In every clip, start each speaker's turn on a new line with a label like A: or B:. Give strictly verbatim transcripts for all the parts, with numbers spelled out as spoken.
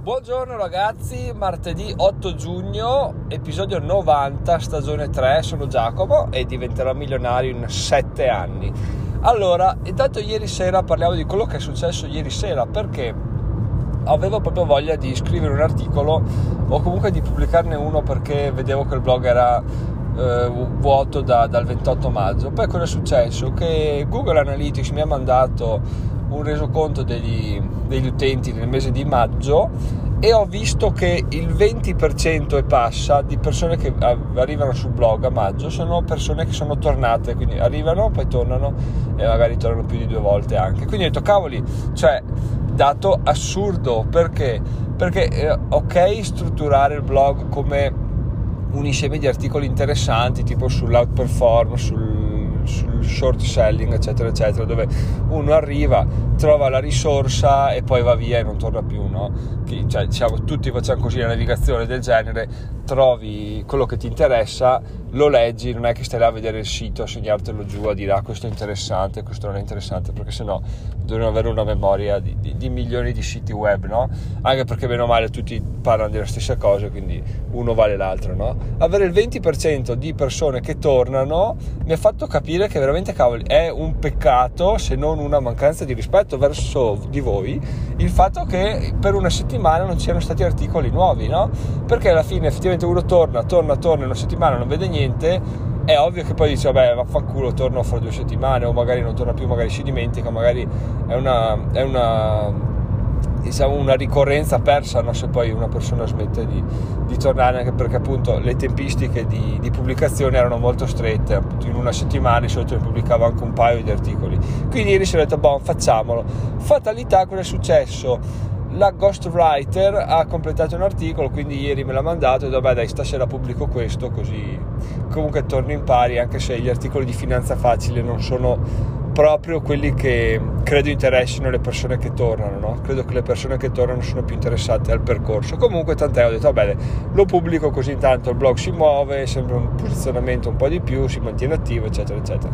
A: Buongiorno ragazzi, martedì otto giugno, episodio novanta, stagione tre, sono Giacomo e diventerò milionario in sette anni. Allora, intanto ieri sera parliamo di quello che è successo ieri sera, perché avevo proprio voglia di scrivere un articolo o comunque di pubblicarne uno, perché vedevo che il blog era eh, vuoto da, dal ventotto maggio. Poi cosa è successo? Che Google Analytics mi ha mandato un resoconto degli, degli utenti nel mese di maggio e ho visto che il venti per cento e passa di persone che arrivano sul blog a maggio sono persone che sono tornate, quindi arrivano, poi tornano e magari tornano più di due volte anche. Quindi ho detto cavoli, cioè dato assurdo, perché? Perché eh, ok strutturare il blog come un insieme di articoli interessanti tipo sull'outperform, sul sul short selling eccetera eccetera, dove uno arriva, trova la risorsa e poi va via e non torna più, no? Che, cioè, diciamo, tutti facciamo così la navigazione del genere, trovi quello che ti interessa, lo leggi, non è che stai là a vedere il sito, a segnartelo giù, a dire ah questo è interessante, questo non è interessante, perché sennò dovremmo avere una memoria di, di, di milioni di siti web, no? Anche perché bene o male tutti parlano delle stesse cose, quindi uno vale l'altro, no? Avere il venti per cento di persone che tornano mi ha fatto capire che veramente cavoli è un peccato, se non una mancanza di rispetto verso di voi, il fatto che per una settimana non c'erano stati articoli nuovi, no? Perché alla fine effettivamente uno torna, torna, torna, una settimana non vede niente, è ovvio che poi dice vabbè vaffanculo, torno fra due settimane, o magari non torna più, magari si dimentica, magari è una è una diciamo una ricorrenza persa, no? Se poi una persona smette di, di tornare, anche perché appunto le tempistiche di, di pubblicazione erano molto strette, in una settimana di solito ne pubblicavo anche un paio di articoli, quindi ieri si è detto boh, facciamolo. Fatalità, cosa è successo? La ghostwriter ha completato un articolo, quindi ieri me l'ha mandato e ho detto vabbè dai, stasera pubblico questo, così comunque torno in pari, anche se gli articoli di finanza facile non sono proprio quelli che credo interessino le persone che tornano, no? Credo che le persone che tornano sono più interessate al percorso. Comunque tant'è, ho detto va bene, lo pubblico così intanto il blog si muove, sembra un posizionamento un po' di più, si mantiene attivo eccetera eccetera.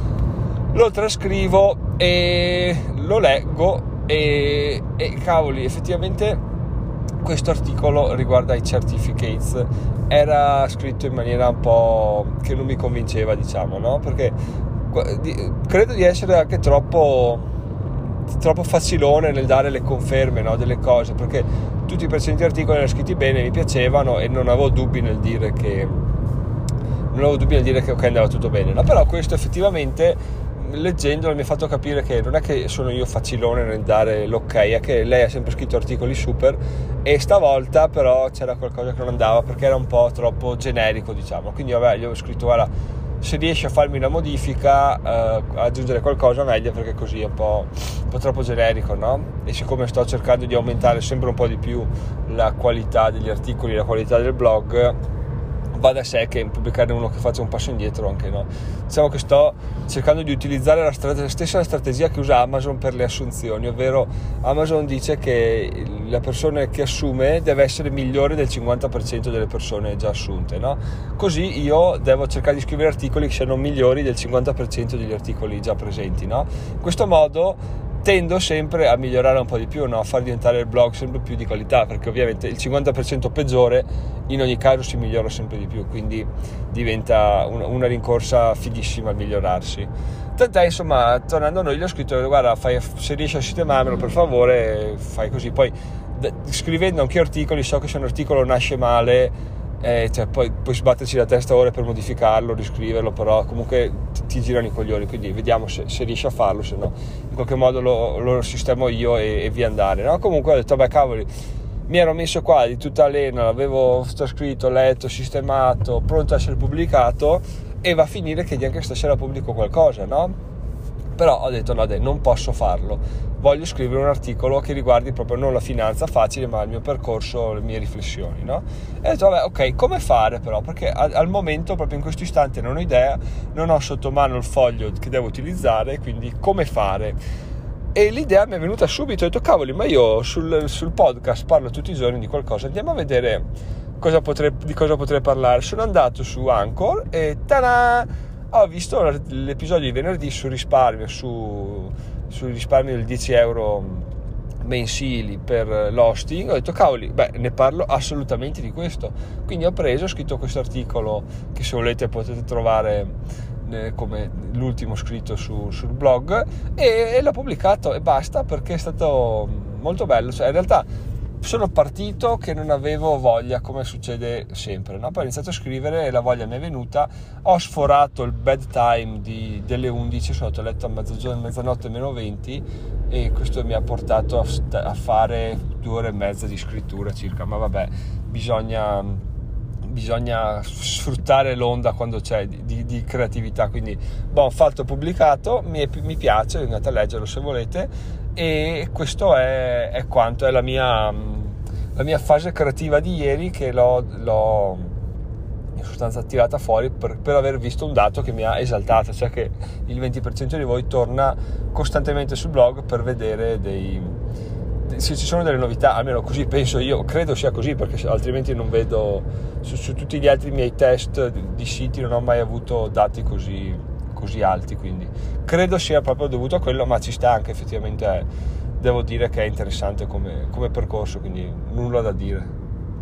A: Lo trascrivo e lo leggo e, e cavoli, effettivamente questo articolo riguarda i certificates era scritto in maniera un po' che non mi convinceva, diciamo, no? Perché credo di essere anche troppo troppo facilone nel dare le conferme, no, delle cose, perché tutti i precedenti articoli erano scritti bene, mi piacevano e non avevo dubbi nel dire che non avevo dubbi nel dire che ok, andava tutto bene, no? Però questo effettivamente leggendolo mi ha fatto capire che non è che sono io facilone nel dare l'ok, è che lei ha sempre scritto articoli super e stavolta però c'era qualcosa che non andava perché era un po' troppo generico, diciamo. Quindi vabbè, gli ho scritto guarda, se riesci a farmi una modifica, eh, aggiungere qualcosa meglio, perché così è un po', un po' troppo generico, no? E siccome sto cercando di aumentare sempre un po' di più la qualità degli articoli, la qualità del blog, va da sé che pubblicarne uno che faccia un passo indietro anche, no? Diciamo che sto cercando di utilizzare la, strate- la stessa strategia che usa Amazon per le assunzioni, ovvero Amazon dice che la persona che assume deve essere migliore del cinquanta per cento delle persone già assunte, no? Così io devo cercare di scrivere articoli che siano migliori del cinquanta per cento degli articoli già presenti, no? In questo modo tendo sempre a migliorare un po' di più, no? A far diventare il blog sempre più di qualità, perché ovviamente il cinquanta per cento peggiore in ogni caso si migliora sempre di più, quindi diventa una, una rincorsa fighissima a migliorarsi. Tant'è, insomma, tornando a noi, gli ho scritto guarda, fai, se riesci a sistemarmelo per favore fai così. Poi d- scrivendo anche articoli, so che se un articolo nasce male Eh, cioè, poi puoi sbatterci la testa ore per modificarlo, riscriverlo, però comunque ti, ti girano i coglioni, quindi vediamo se, se riesci a farlo, se no in qualche modo lo, lo sistemo io e, e via andare, no? Comunque ho detto beh cavoli, mi ero messo qua di tutta lena, l'avevo scritto, letto, sistemato, pronto a essere pubblicato e va a finire che neanche stasera pubblico qualcosa, no? Però ho detto no dai, non posso farlo, voglio scrivere un articolo che riguardi proprio non la finanza facile ma il mio percorso, le mie riflessioni, no? E ho detto vabbè ok, come fare però, perché al, al momento proprio in questo istante non ho idea, non ho sotto mano il foglio che devo utilizzare, quindi come fare? E l'idea mi è venuta subito, ho detto cavoli, ma io sul, sul podcast parlo tutti i giorni di qualcosa, andiamo a vedere cosa potrei, di cosa potrei parlare. Sono andato su Anchor e tada! Ho visto l'episodio di venerdì sul risparmio, su, sul risparmio del dieci euro mensili per l'hosting, ho detto cavoli, beh, ne parlo assolutamente di questo, quindi ho preso, ho scritto questo articolo che se volete potete trovare eh, come l'ultimo scritto su, sul blog, e, e l'ho pubblicato e basta, perché è stato molto bello. Cioè, in realtà sono partito che non avevo voglia, come succede sempre, no? Poi ho iniziato a scrivere e la voglia mi è venuta, ho sforato il bedtime di, delle undici, sono andato a letto a mezzogiorno, mezzanotte meno venti, e questo mi ha portato a, a fare due ore e mezza di scrittura circa, ma vabbè, bisogna, bisogna sfruttare l'onda quando c'è di, di, di creatività, quindi boh, fatto, pubblicato, mi, mi piace, andate a leggerlo se volete, e questo è, è quanto è la mia, la mia fase creativa di ieri, che l'ho, l'ho in sostanza tirata fuori per, per aver visto un dato che mi ha esaltato, cioè che il venti per cento di voi torna costantemente sul blog per vedere dei, dei se ci sono delle novità, almeno così penso io, credo sia così, perché altrimenti non vedo su, su tutti gli altri miei test di siti non ho mai avuto dati così, così alti, quindi credo sia proprio dovuto a quello, ma ci sta anche effettivamente, è, devo dire che è interessante come, come percorso, quindi nulla da dire.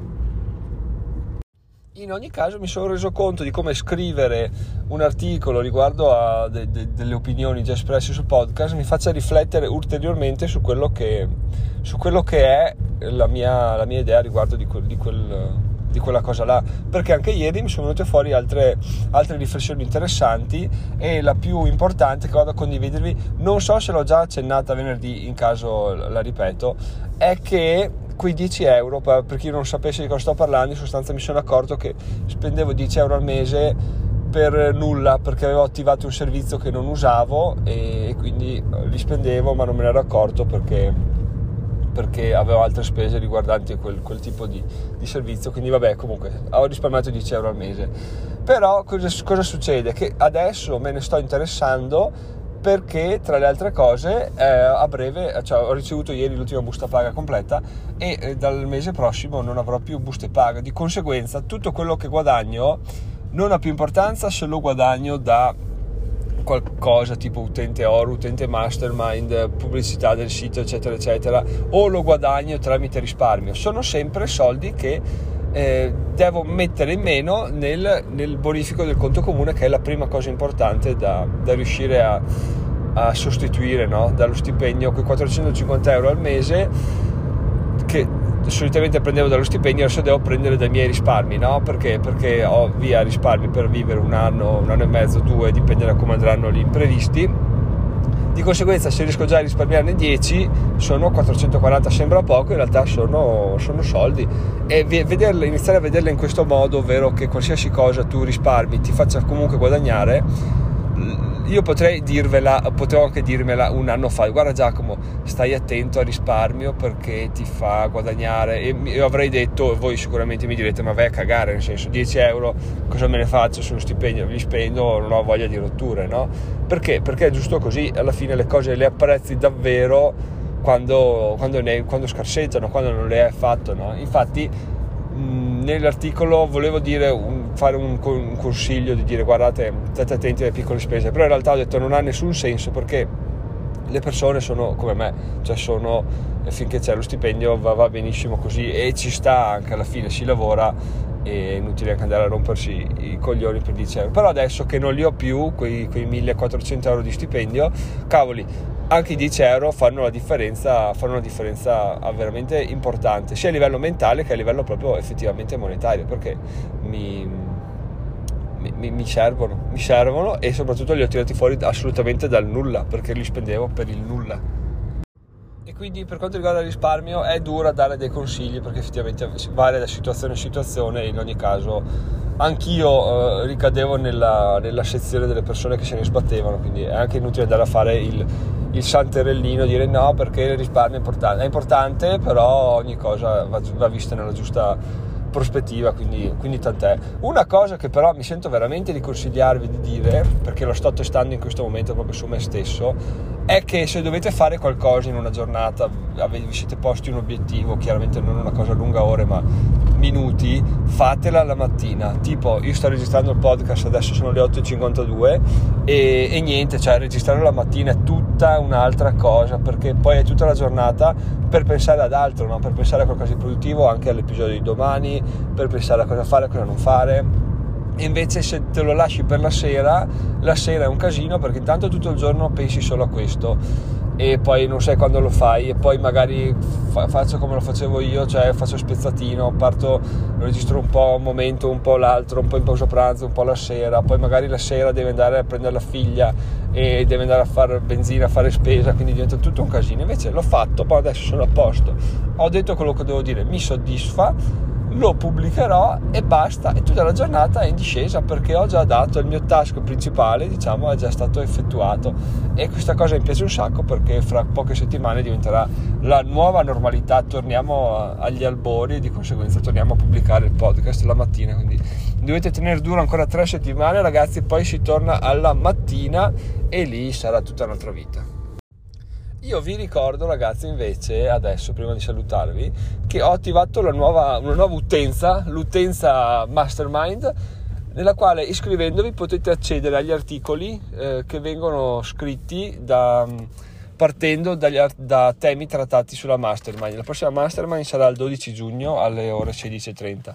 A: In ogni caso mi sono reso conto di come scrivere un articolo riguardo a de- de- delle opinioni già espresse sul podcast mi faccia riflettere ulteriormente su quello che, su quello che è la mia, la mia idea riguardo di, quel, di, quel, di quella cosa là, perché anche ieri mi sono venute fuori altre, altre riflessioni interessanti, e la più importante che vado a condividervi, non so se l'ho già accennata venerdì, in caso la ripeto, è che quei dieci euro, per chi non sapesse di cosa sto parlando, in sostanza mi sono accorto che spendevo dieci euro al mese per nulla, perché avevo attivato un servizio che non usavo e quindi li spendevo, ma non me ne ero accorto perché, perché avevo altre spese riguardanti quel, quel tipo di, di servizio, quindi vabbè, comunque ho risparmiato dieci euro al mese. Però cosa, cosa succede? Che adesso me ne sto interessando, perché tra le altre cose eh, a breve, cioè, ho ricevuto ieri l'ultima busta paga completa, e eh, dal mese prossimo non avrò più buste paga, di conseguenza tutto quello che guadagno non ha più importanza se lo guadagno da qualcosa tipo utente oro, utente mastermind, pubblicità del sito eccetera eccetera, o lo guadagno tramite risparmio. Sono sempre soldi che Eh, devo mettere in meno nel, nel bonifico del conto comune, che è la prima cosa importante da, da riuscire a, a sostituire, no? Dallo stipendio, quei quattrocentocinquanta euro al mese che solitamente prendevo dallo stipendio, adesso devo prendere dai miei risparmi, no? Perché? Perché ho via risparmi per vivere un anno, un anno e mezzo, due, dipende da come andranno gli imprevisti. Di conseguenza, se riesco già a risparmiarne dieci, sono quattrocentoquaranta, sembra poco, in realtà sono, sono soldi, e vederle, iniziare a vederle in questo modo, ovvero che qualsiasi cosa tu risparmi ti faccia comunque guadagnare. Io potrei dirvela, potevo anche dirmela un anno fa, guarda Giacomo, stai attento al risparmio perché ti fa guadagnare, e io avrei detto, voi sicuramente mi direte, ma vai a cagare, nel senso, dieci euro cosa me ne faccio sullo stipendio, li spendo, non ho voglia di rotture, no? Perché? Perché è giusto così, alla fine le cose le apprezzi davvero quando, quando, ne, quando scarseggiano, quando non le hai fatto, no? Infatti mh, nell'articolo volevo dire un fare un, un consiglio di dire guardate, state attenti alle piccole spese, però in realtà ho detto non ha nessun senso, perché le persone sono come me, cioè sono, finché c'è lo stipendio va, va benissimo così, e ci sta, anche alla fine si lavora, è inutile anche andare a rompersi i coglioni per dieci euro. Però adesso che non li ho più quei, quei millequattrocento euro di stipendio, cavoli, anche i dieci euro fanno la differenza, fanno una differenza veramente importante, sia a livello mentale che a livello proprio effettivamente monetario, perché mi, mi, mi servono, mi servono e soprattutto li ho tirati fuori assolutamente dal nulla, perché li spendevo per il nulla. E quindi per quanto riguarda il risparmio è dura dare dei consigli, perché effettivamente varia da situazione a situazione, e in ogni caso anch'io eh, ricadevo nella, nella sezione delle persone che se ne sbattevano, quindi è anche inutile andare a fare il, il santerellino, dire no perché il risparmio è importante, è importante, però ogni cosa va, va vista nella giusta prospettiva, quindi, quindi tant'è. Una cosa che però mi sento veramente di consigliarvi di dire, perché lo sto testando in questo momento proprio su me stesso, è che se dovete fare qualcosa in una giornata, vi siete posti un obiettivo, chiaramente non una cosa lunga ore ma minuti, fatela la mattina. Tipo, io sto registrando il podcast, adesso sono le otto e cinquantadue e, e niente, cioè registrare la mattina è tutta un'altra cosa, perché poi è tutta la giornata per pensare ad altro, no? Per pensare a qualcosa di produttivo, anche all'episodio di domani, per pensare a cosa fare, a cosa non fare. E invece se te lo lasci per la sera, la sera è un casino, perché intanto tutto il giorno pensi solo a questo e poi non sai quando lo fai, e poi magari fa- faccio come lo facevo io, cioè faccio spezzatino, parto, lo registro un po' un momento, un po' l'altro, un po' in pausa pranzo, un po' la sera, poi magari la sera deve andare a prendere la figlia e deve andare a fare benzina, a fare spesa, quindi diventa tutto un casino. Invece l'ho fatto, poi adesso sono a posto, ho detto quello che devo dire, mi soddisfa, lo pubblicherò e basta, e tutta la giornata è in discesa, perché ho già dato il mio task principale, diciamo, è già stato effettuato, e questa cosa mi piace un sacco, perché fra poche settimane diventerà la nuova normalità, torniamo a, agli albori e di conseguenza torniamo a pubblicare il podcast la mattina, quindi dovete tenere duro ancora tre settimane, ragazzi, poi si torna alla mattina e lì sarà tutta un'altra vita. Io vi ricordo, ragazzi, invece, adesso, prima di salutarvi, che ho attivato la nuova, una nuova utenza, l'utenza Mastermind, nella quale iscrivendovi potete accedere agli articoli eh, che vengono scritti da, partendo dagli, da temi trattati sulla Mastermind. La prossima Mastermind sarà il dodici giugno alle ore sedici e trenta.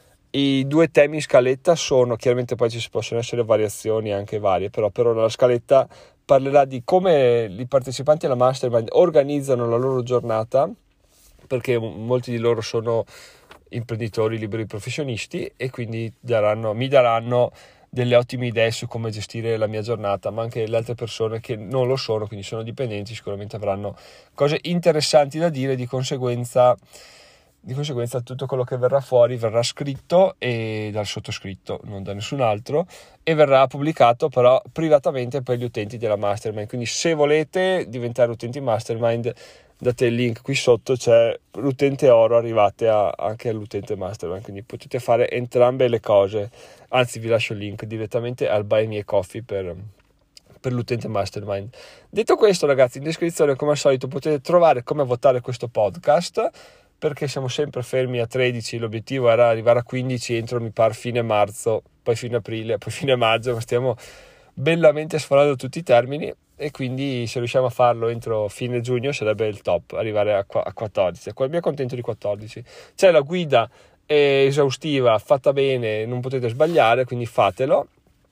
A: I due temi in scaletta sono, chiaramente poi ci possono essere variazioni anche varie, però per ora la scaletta parlerà di come i partecipanti alla Mastermind organizzano la loro giornata, perché molti di loro sono imprenditori liberi professionisti e quindi daranno, mi daranno delle ottime idee su come gestire la mia giornata, ma anche le altre persone che non lo sono, quindi sono dipendenti, sicuramente avranno cose interessanti da dire, di conseguenza Di conseguenza tutto quello che verrà fuori verrà scritto e dal sottoscritto, non da nessun altro, e verrà pubblicato però privatamente per gli utenti della Mastermind. Quindi se volete diventare utenti Mastermind, date il link qui sotto, c'è l'utente oro, arrivate a, anche all'utente Mastermind, quindi potete fare entrambe le cose. Anzi, vi lascio il link direttamente al Buy Me a Coffee per, per l'utente Mastermind. Detto questo, ragazzi, in descrizione come al solito potete trovare come votare questo podcast, perché siamo sempre fermi a tredici, l'obiettivo era arrivare a quindici entro, mi pare, fine marzo, poi fine aprile, poi fine maggio, ma stiamo bellamente sforando tutti i termini, e quindi se riusciamo a farlo entro fine giugno sarebbe il top, arrivare a, a quattordici. Mi accontento di quattordici. C'è la guida esaustiva, fatta bene, non potete sbagliare, quindi fatelo.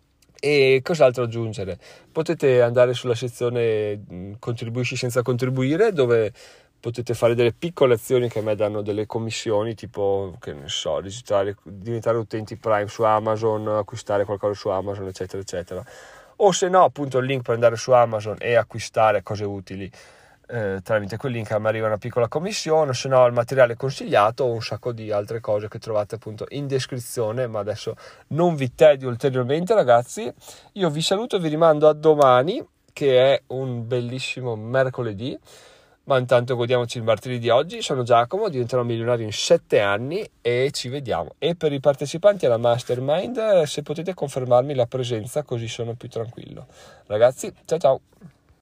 A: E cos'altro aggiungere? Potete andare sulla sezione contribuisci senza contribuire, dove potete fare delle piccole azioni che a me danno delle commissioni, tipo, che ne so, registrare, diventare utenti Prime su Amazon, acquistare qualcosa su Amazon, eccetera eccetera. O se no, appunto, il link per andare su Amazon e acquistare cose utili eh, tramite quel link mi arriva una piccola commissione, se no il materiale consigliato o un sacco di altre cose che trovate appunto in descrizione. Ma adesso non vi tedio ulteriormente, ragazzi, io vi saluto e vi rimando a domani, che è un bellissimo mercoledì. Ma intanto godiamoci il martedì di oggi. Sono Giacomo, diventerò milionario in sette anni e ci vediamo. E per i partecipanti alla Mastermind, se potete confermarmi la presenza, così sono più tranquillo. Ragazzi, ciao ciao!